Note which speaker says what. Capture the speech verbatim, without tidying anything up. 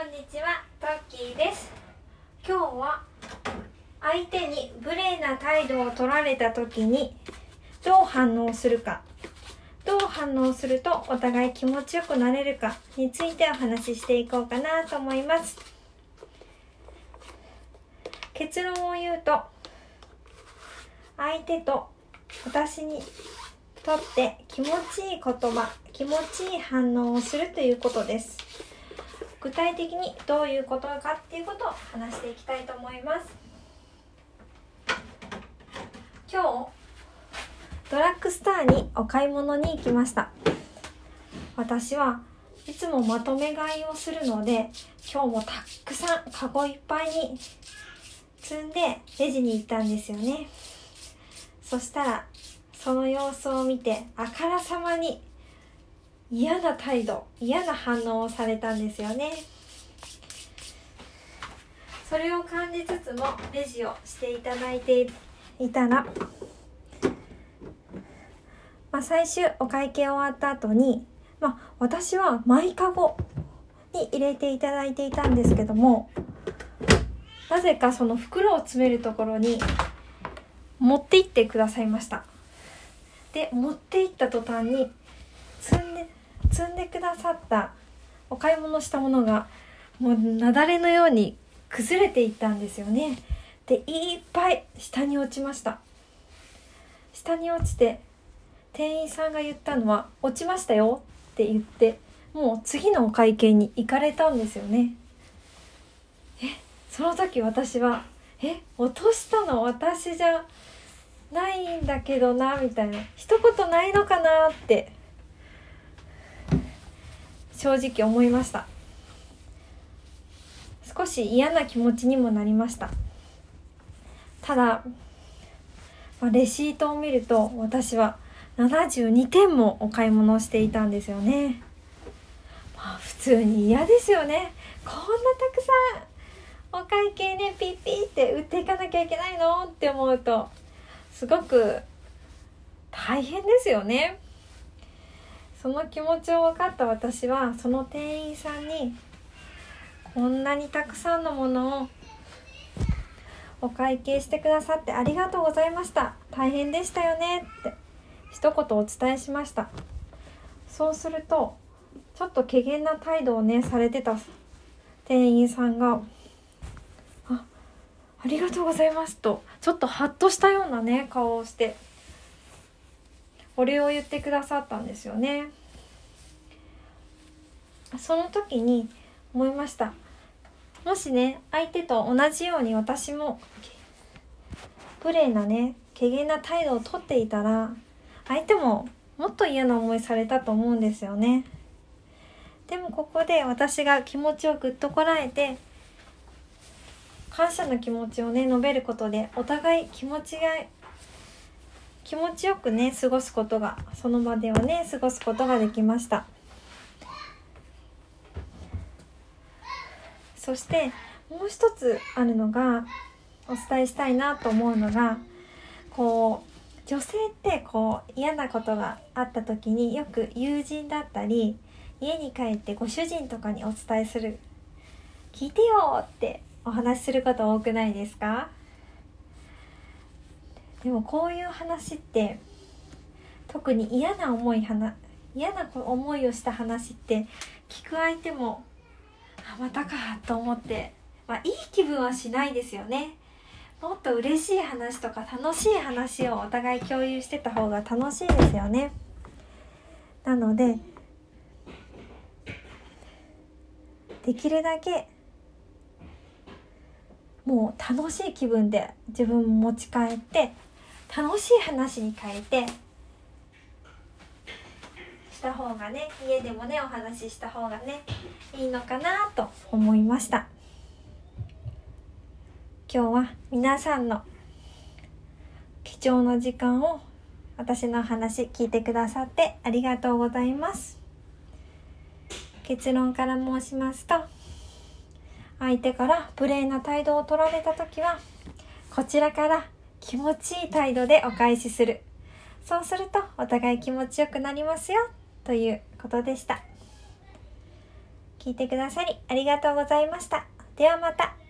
Speaker 1: こんにちは、トッキーです。今日は相手に無礼な態度を取られた時にどう反応するか、どう反応するとお互い気持ちよくなれるかについてお話ししていこうかなと思います。結論を言うと、相手と私にとって気持ちいい言葉、気持ちいい反応をするということです。具体的にどういうことかっていうことを話していきたいと思います。今日ドラッグストアにお買い物に行きました。私はいつもまとめ買いをするので、今日もたくさんカゴいっぱいに積んでレジに行ったんですよね。そしたらその様子を見てあからさまに嫌な態度、嫌な反応をされたんですよね。それを感じつつもレジをしていただいていたら、まあ、最終お会計終わった後に、まあ、私はマイカゴに入れていただいていたんですけども、なぜかその袋を詰めるところに持って行ってくださいました。で、持って行った途端に積んで積んでくださったお買い物したものがもう雪崩のように崩れていったんですよね。で、いっぱい下に落ちました。下に落ちて店員さんが言ったのは落ちましたよって言って、もう次のお会計に行かれたんですよね。え、その時私はえ、落としたの私じゃないんだけどなみたいな、一言ないのかなって正直思いました。少し嫌な気持ちにもなりました。ただ、まあ、レシートを見ると私はななじゅうにてんもお買い物をしていたんですよね。まあ、普通に嫌ですよね。こんなたくさんお会計ね、ピッピッって売っていかなきゃいけないのって思うとすごく大変ですよね。その気持ちを分かった私はその店員さんに、こんなにたくさんのものをお会計してくださってありがとうございました、大変でしたよねって一言お伝えしました。そうするとちょっと怪訝な態度をねされてた店員さんが、あ、ありがとうございますとちょっとハッとしたようなね顔をしてお礼を言ってくださったんですよね。その時に思いました。もしね、相手と同じように私も無礼なね、怪訝な態度をとっていたら、相手ももっと嫌な思いされたと思うんですよね。でもここで私が気持ちをぐっとこらえて、感謝の気持ちをね述べることで、お互い気持ちが気持ちよくね過ごすことが、その場ではね過ごすことができました。そしてもう一つあるのが、お伝えしたいなと思うのが、こう女性ってこう嫌なことがあった時によく友人だったり家に帰ってご主人とかにお伝えする、聞いてよってお話しすること多くないですか？でもこういう話って特に嫌な思い嫌な思いをした話って聞く相手もあまたかと思って、まあ、いい気分はしないですよね。もっと嬉しい話とか楽しい話をお互い共有してた方が楽しいですよね。なのでできるだけもう楽しい気分で自分も持ち帰って楽しい話に変えてした方がね、家でもねお話しした方がねいいのかなと思いました。今日は皆さんの貴重な時間を私の話聞いてくださってありがとうございます。結論から申しますと、相手から無礼な態度を取られたときはこちらから気持ちいい態度でお返しする。そうするとお互い気持ちよくなりますよということでした。 聞いてくださりありがとうございました。ではまた。